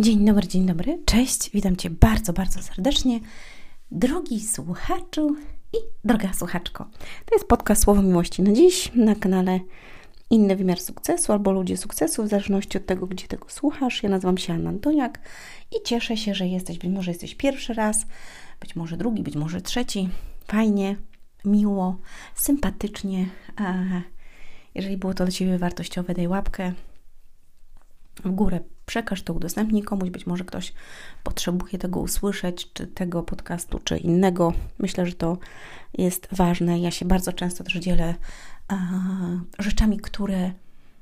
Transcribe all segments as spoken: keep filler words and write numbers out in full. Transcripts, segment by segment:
Dzień dobry, dzień dobry, cześć, witam Cię bardzo, bardzo serdecznie, drogi słuchaczu i droga słuchaczko. To jest podcast Słowo Miłości na dziś na kanale Inny Wymiar Sukcesu albo Ludzie Sukcesu, w zależności od tego, gdzie tego słuchasz. Ja nazywam się Anna Antoniak i cieszę się, że jesteś, być może jesteś pierwszy raz, być może drugi, być może trzeci. Fajnie, miło, sympatycznie. A jeżeli było to dla Ciebie wartościowe, daj łapkę w górę, przekaż to, udostępnij komuś, być może ktoś potrzebuje tego usłyszeć, czy tego podcastu, czy innego. Myślę, że to jest ważne. Ja się bardzo często też dzielę a, rzeczami, które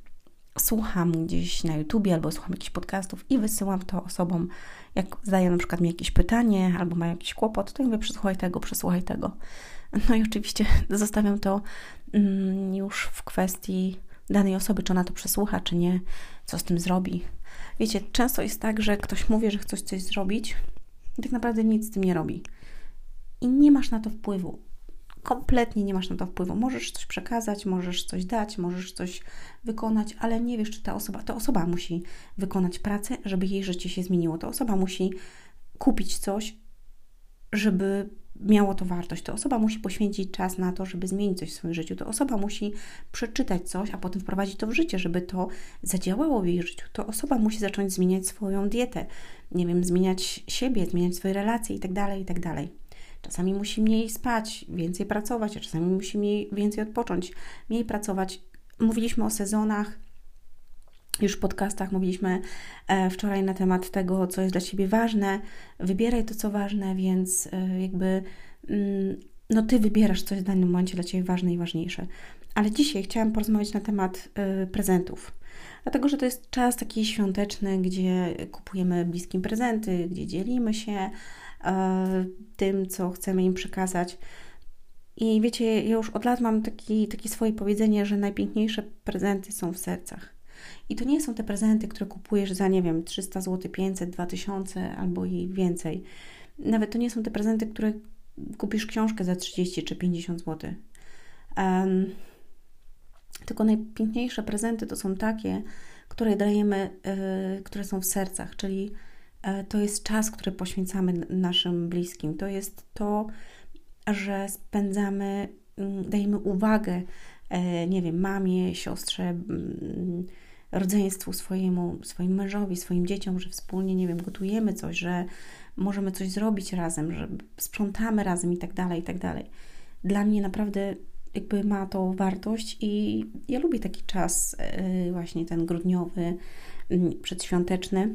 słucham gdzieś na YouTubie albo słucham jakichś podcastów i wysyłam to osobom, jak zadają na przykład mi jakieś pytanie albo mają jakiś kłopot, to ja mówię, przesłuchaj tego, przesłuchaj tego. No i oczywiście zostawiam to mm, już w kwestii danej osoby, czy ona to przesłucha, czy nie, co z tym zrobi. Wiecie, często jest tak, że ktoś mówi, że chce coś zrobić i tak naprawdę nic z tym nie robi. I nie masz na to wpływu. Kompletnie nie masz na to wpływu. Możesz coś przekazać, możesz coś dać, możesz coś wykonać, ale nie wiesz, czy ta osoba, ta osoba musi wykonać pracę, żeby jej życie się zmieniło. Ta osoba musi kupić coś, żeby miało to wartość. To osoba musi poświęcić czas na to, żeby zmienić coś w swoim życiu. To osoba musi przeczytać coś, a potem wprowadzić to w życie, żeby to zadziałało w jej życiu. To osoba musi zacząć zmieniać swoją dietę, nie wiem, zmieniać siebie, zmieniać swoje relacje i tak dalej, i tak dalej. Czasami musi mniej spać, więcej pracować, a czasami musi mniej, więcej odpocząć, mniej pracować. Mówiliśmy o sezonach, już w podcastach mówiliśmy e, wczoraj na temat tego, co jest dla Ciebie ważne. Wybieraj to, co ważne, więc e, jakby mm, no Ty wybierasz, co jest w danym momencie dla Ciebie ważne i ważniejsze. Ale dzisiaj chciałam porozmawiać na temat e, prezentów. Dlatego, że to jest czas taki świąteczny, gdzie kupujemy bliskim prezenty, gdzie dzielimy się e, tym, co chcemy im przekazać. I wiecie, ja już od lat mam taki, takie swoje powiedzenie, że najpiękniejsze prezenty są w sercach. I to nie są te prezenty, które kupujesz za, nie wiem, trzysta złotych, pięćset, dwa tysiące albo i więcej. Nawet to nie są te prezenty, które kupisz książkę za trzydzieści czy pięćdziesiąt złotych. Um, tylko najpiękniejsze prezenty to są takie, które dajemy, y, które są w sercach, czyli y, to jest czas, który poświęcamy naszym bliskim. To jest to, że spędzamy, y, dajemy uwagę, y, nie wiem, mamie, siostrze, y, rodzeństwu swojemu, swoim mężowi, swoim dzieciom, że wspólnie, nie wiem, gotujemy coś, że możemy coś zrobić razem, że sprzątamy razem i tak dalej, i tak dalej. Dla mnie naprawdę jakby ma to wartość i ja lubię taki czas yy, właśnie ten grudniowy, yy, przedświąteczny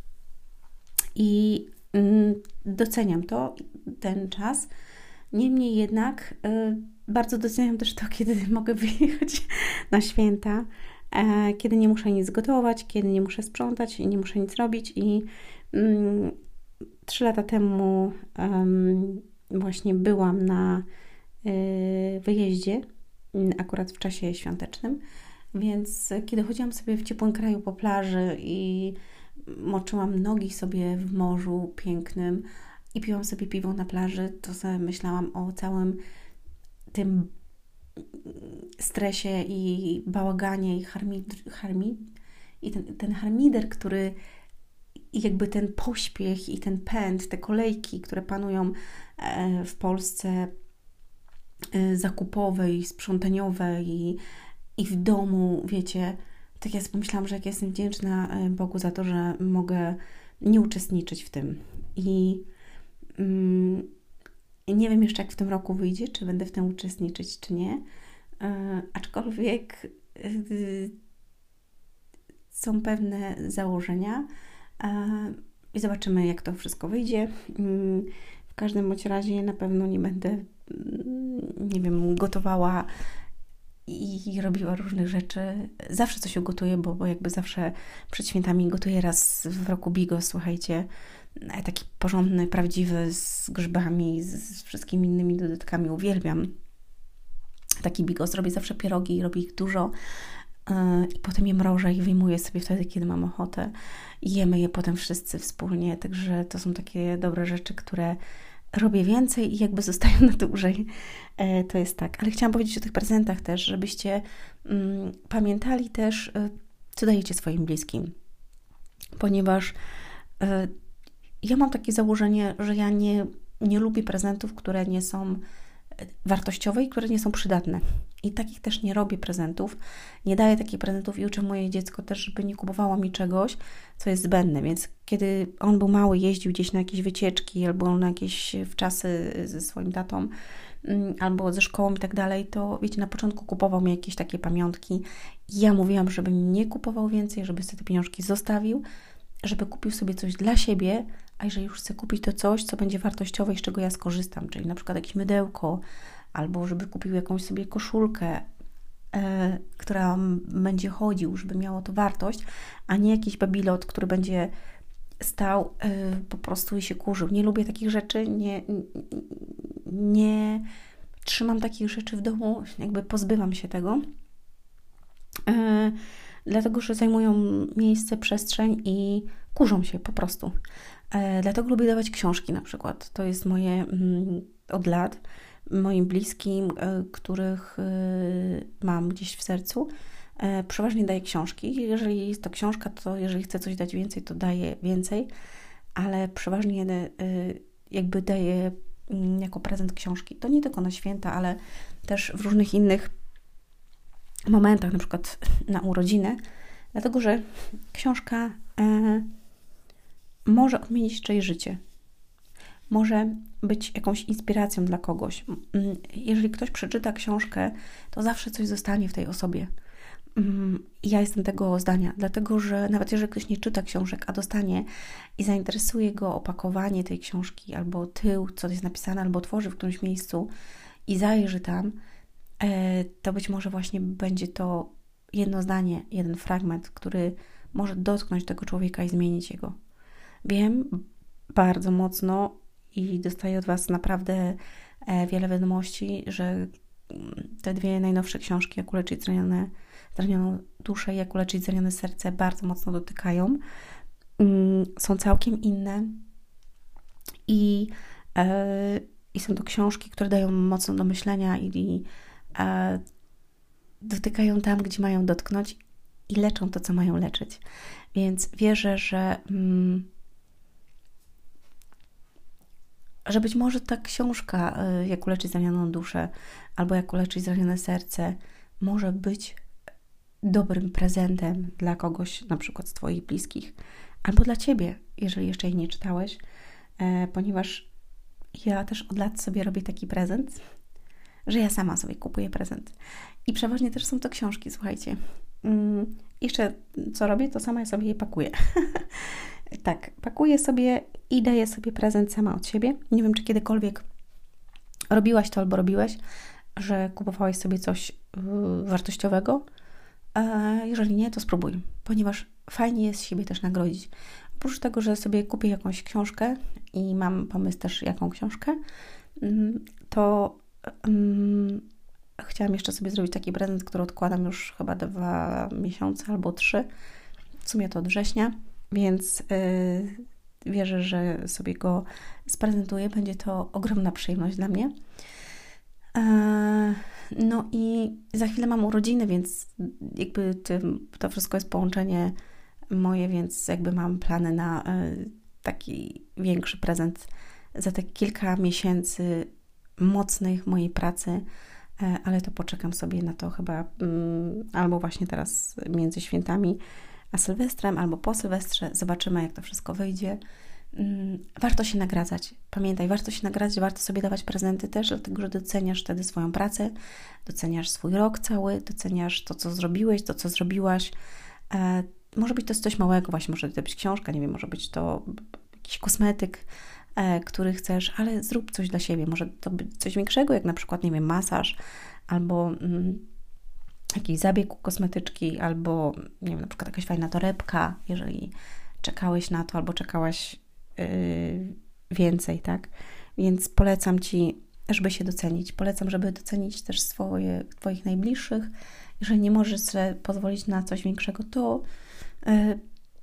i yy, doceniam to, ten czas. Niemniej jednak yy, bardzo doceniam też to, kiedy mogę wyjechać na święta, kiedy nie muszę nic gotować, kiedy nie muszę sprzątać i nie muszę nic robić. I mm, trzy lata temu um, właśnie byłam na y, wyjeździe, akurat w czasie świątecznym, więc kiedy chodziłam sobie w ciepłym kraju po plaży i moczyłam nogi sobie w morzu pięknym i piłam sobie piwo na plaży, to sobie myślałam o całym tym stresie i bałaganie i harmid, harmid, i ten, ten harmider, który i jakby ten pośpiech i ten pęd, te kolejki, które panują w Polsce zakupowej, sprzątaniowej i, i w domu, wiecie, tak ja sobie pomyślałam, że jak ja jestem wdzięczna Bogu za to, że mogę nie uczestniczyć w tym i mm, nie wiem jeszcze, jak w tym roku wyjdzie, czy będę w tym uczestniczyć, czy nie. Yy, aczkolwiek yy, są pewne założenia yy, i zobaczymy, jak to wszystko wyjdzie. Yy, w każdym bądź razie na pewno nie będę, yy, nie wiem, gotowała i, i robiła różnych rzeczy. Zawsze coś ugotuję, bo, bo jakby zawsze przed świętami gotuję raz w roku bigos, słuchajcie, taki porządny, prawdziwy, z grzybami, z wszystkimi innymi dodatkami. Uwielbiam taki bigos. Robię zawsze pierogi, robię ich dużo yy, i potem je mrożę i wyjmuję sobie wtedy, kiedy mam ochotę. I jemy je potem wszyscy wspólnie. Także to są takie dobre rzeczy, które robię więcej i jakby zostają na dłużej. Yy, to jest tak. Ale chciałam powiedzieć o tych prezentach też, żebyście yy, pamiętali też, yy, co dajecie swoim bliskim. Ponieważ ja mam takie założenie, że ja nie, nie lubię prezentów, które nie są wartościowe i które nie są przydatne. I takich też nie robię prezentów. Nie daję takich prezentów i uczę moje dziecko też, żeby nie kupowało mi czegoś, co jest zbędne. Więc kiedy on był mały, jeździł gdzieś na jakieś wycieczki albo na jakieś wczasy ze swoim tatą, albo ze szkołą i tak dalej, to wiecie, na początku kupował mi jakieś takie pamiątki i ja mówiłam, żeby nie kupował więcej, żeby sobie te pieniążki zostawił, żeby kupił sobie coś dla siebie, a jeżeli już chce kupić to coś, co będzie wartościowe i z czego ja skorzystam, czyli na przykład jakieś mydełko, albo żeby kupił jakąś sobie koszulkę, e, która będzie chodził, żeby miało to wartość, a nie jakiś babilot, który będzie stał e, po prostu i się kurzył. Nie lubię takich rzeczy, nie, nie trzymam takich rzeczy w domu, jakby pozbywam się tego, e, dlatego, że zajmują miejsce, przestrzeń i kurzą się po prostu. E, dlatego lubię dawać książki na przykład. To jest moje mm, od lat, moim bliskim, e, których e, mam gdzieś w sercu. E, przeważnie daję książki. Jeżeli jest to książka, to jeżeli chcę coś dać więcej, to daję więcej, ale przeważnie e, jakby daję mm, jako prezent książki. To nie tylko na święta, ale też w różnych innych momentach, na przykład na urodziny, dlatego, że książka e, może odmienić czyjeś życie. Może być jakąś inspiracją dla kogoś. Jeżeli ktoś przeczyta książkę, to zawsze coś zostanie w tej osobie. I ja jestem tego zdania, dlatego, że nawet jeżeli ktoś nie czyta książek, a dostanie i zainteresuje go opakowanie tej książki, albo tył, co jest napisane, albo otworzy w którymś miejscu i zajrzy tam, to być może właśnie będzie to jedno zdanie, jeden fragment, który może dotknąć tego człowieka i zmienić jego. Wiem bardzo mocno i dostaję od Was naprawdę wiele wiadomości, że te dwie najnowsze książki, Jak uleczyć zranione, zranioną duszę i Jak uleczyć zranione serce, bardzo mocno dotykają. Są całkiem inne i, i są to książki, które dają mocno do myślenia i, i dotykają tam, gdzie mają dotknąć i leczą to, co mają leczyć. Więc wierzę, że mm, że być może ta książka Jak uleczyć zranioną duszę albo Jak uleczyć zranione serce może być dobrym prezentem dla kogoś, na przykład z Twoich bliskich, albo dla Ciebie, jeżeli jeszcze jej nie czytałeś, e, ponieważ ja też od lat sobie robię taki prezent, że ja sama sobie kupuję prezent. I przeważnie też są to książki, słuchajcie. Mm, jeszcze co robię, to sama sobie je pakuję. Tak, pakuję sobie i daję sobie prezent sama od siebie. Nie wiem, czy kiedykolwiek robiłaś to albo robiłeś, że kupowałeś sobie coś yy, wartościowego. E, jeżeli nie, to spróbuj, ponieważ fajnie jest siebie też nagrodzić. Oprócz tego, że sobie kupię jakąś książkę i mam pomysł też jaką książkę, yy, to yy, chciałam jeszcze sobie zrobić taki prezent, który odkładam już chyba dwa miesiące albo trzy. W sumie to od września. Więc yy, wierzę, że sobie go sprezentuję. Będzie to ogromna przyjemność dla mnie. Yy, no i za chwilę mam urodziny, więc jakby tym, to wszystko jest połączenie moje, więc jakby mam plany na yy, taki większy prezent za te kilka miesięcy mocnych mojej pracy, yy, ale to poczekam sobie na to chyba yy, albo właśnie teraz między świętami a Sylwestrem, albo po Sylwestrze. Zobaczymy, jak to wszystko wyjdzie. Warto się nagradzać. Pamiętaj, warto się nagradzać, warto sobie dawać prezenty też, dlatego, że doceniasz wtedy swoją pracę, doceniasz swój rok cały, doceniasz to, co zrobiłeś, to, co zrobiłaś. E, może być to coś małego, właśnie może to być książka, nie wiem, może być to jakiś kosmetyk, e, który chcesz, ale zrób coś dla siebie. Może to być coś większego, jak na przykład, nie wiem, masaż, albo mm, jakiś zabieg u kosmetyczki, albo nie wiem, na przykład jakaś fajna torebka, jeżeli czekałeś na to, albo czekałaś yy, więcej, tak? Więc polecam Ci, żeby się docenić. Polecam, żeby docenić też swoje, Twoich najbliższych. Jeżeli nie możesz sobie pozwolić na coś większego, to yy,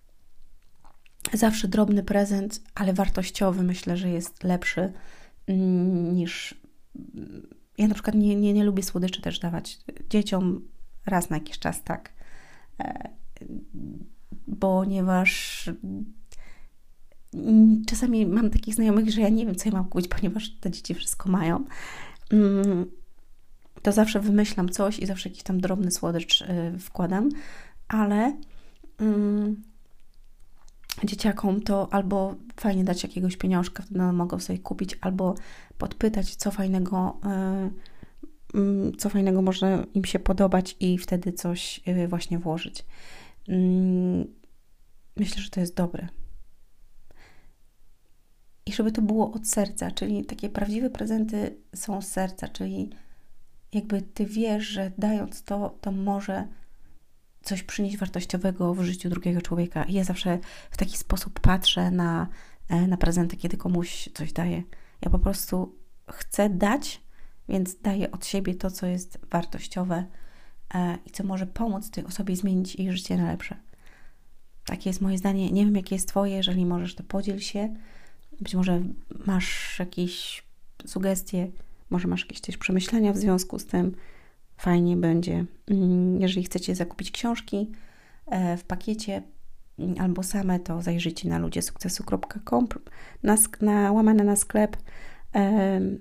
zawsze drobny prezent, ale wartościowy, myślę, że jest lepszy yy, niż... Ja na przykład nie, nie, nie lubię słodyczy też dawać dzieciom raz na jakiś czas, tak, e, ponieważ czasami mam takich znajomych, że ja nie wiem, co ja mam kupić, ponieważ te dzieci wszystko mają. To zawsze wymyślam coś i zawsze jakiś tam drobny słodycz wkładam, ale dzieciakom to albo fajnie dać jakiegoś pieniążka, wtedy mogą sobie kupić, albo podpytać, co fajnego, co fajnego może im się podobać i wtedy coś właśnie włożyć. Myślę, że to jest dobre. I żeby to było od serca, czyli takie prawdziwe prezenty są z serca, czyli jakby Ty wiesz, że dając to, to może coś przynieść wartościowego w życiu drugiego człowieka. I ja zawsze w taki sposób patrzę na, na prezenty, kiedy komuś coś daję. Ja po prostu chcę dać, więc daję od siebie to, co jest wartościowe e, i co może pomóc tej osobie zmienić jej życie na lepsze. Takie jest moje zdanie. Nie wiem, jakie jest Twoje. Jeżeli możesz, to podziel się. Być może masz jakieś sugestie, może masz jakieś też przemyślenia w związku z tym. Fajnie będzie, jeżeli chcecie zakupić książki w pakiecie albo same, to zajrzyjcie na ludzie sukcesu kropka com, na, na łamane na sklep. Ehm,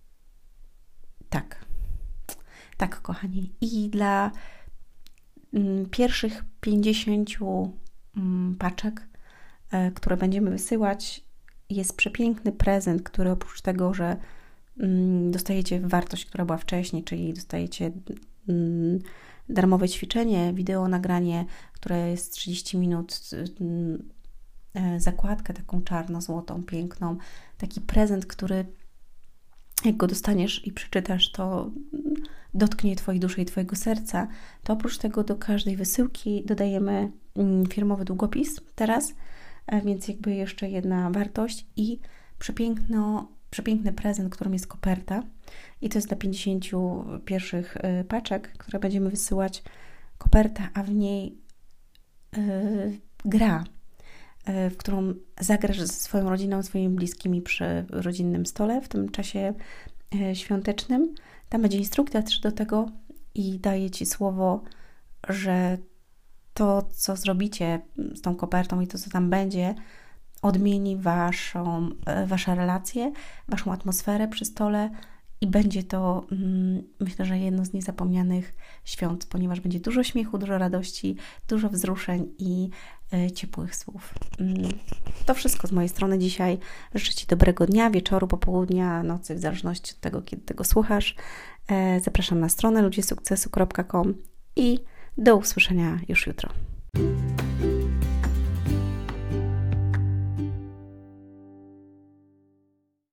tak, tak kochani. I dla mm, pierwszych pięćdziesięciu mm, paczek, e, które będziemy wysyłać, jest przepiękny prezent, który oprócz tego, że dostajecie wartość, która była wcześniej, czyli dostajecie darmowe ćwiczenie, wideo nagranie, które jest trzydzieści minut, zakładkę taką czarno-złotą, piękną, taki prezent, który jak go dostaniesz i przeczytasz, to dotknie Twojej duszy i Twojego serca. To oprócz tego do każdej wysyłki dodajemy firmowy długopis teraz, więc jakby jeszcze jedna wartość i przepiękno Przepiękny prezent, którym jest koperta i to jest dla pięćdziesięciu pierwszych paczek, które będziemy wysyłać. Koperta, a w niej yy, gra, yy, w którą zagrasz ze swoją rodziną, swoimi bliskimi przy rodzinnym stole w tym czasie yy, świątecznym. Tam będzie instrukcja też do tego i daje Ci słowo, że to, co zrobicie z tą kopertą i to, co tam będzie, odmieni waszą, wasze relacje, waszą atmosferę przy stole i będzie to, mm, myślę, że jedno z niezapomnianych świąt, ponieważ będzie dużo śmiechu, dużo radości, dużo wzruszeń i y, ciepłych słów. Mm, to wszystko z mojej strony dzisiaj. Życzę Ci dobrego dnia, wieczoru, popołudnia, nocy, w zależności od tego, kiedy tego słuchasz. E, zapraszam na stronę ludzie sukcesu kropka com i do usłyszenia już jutro.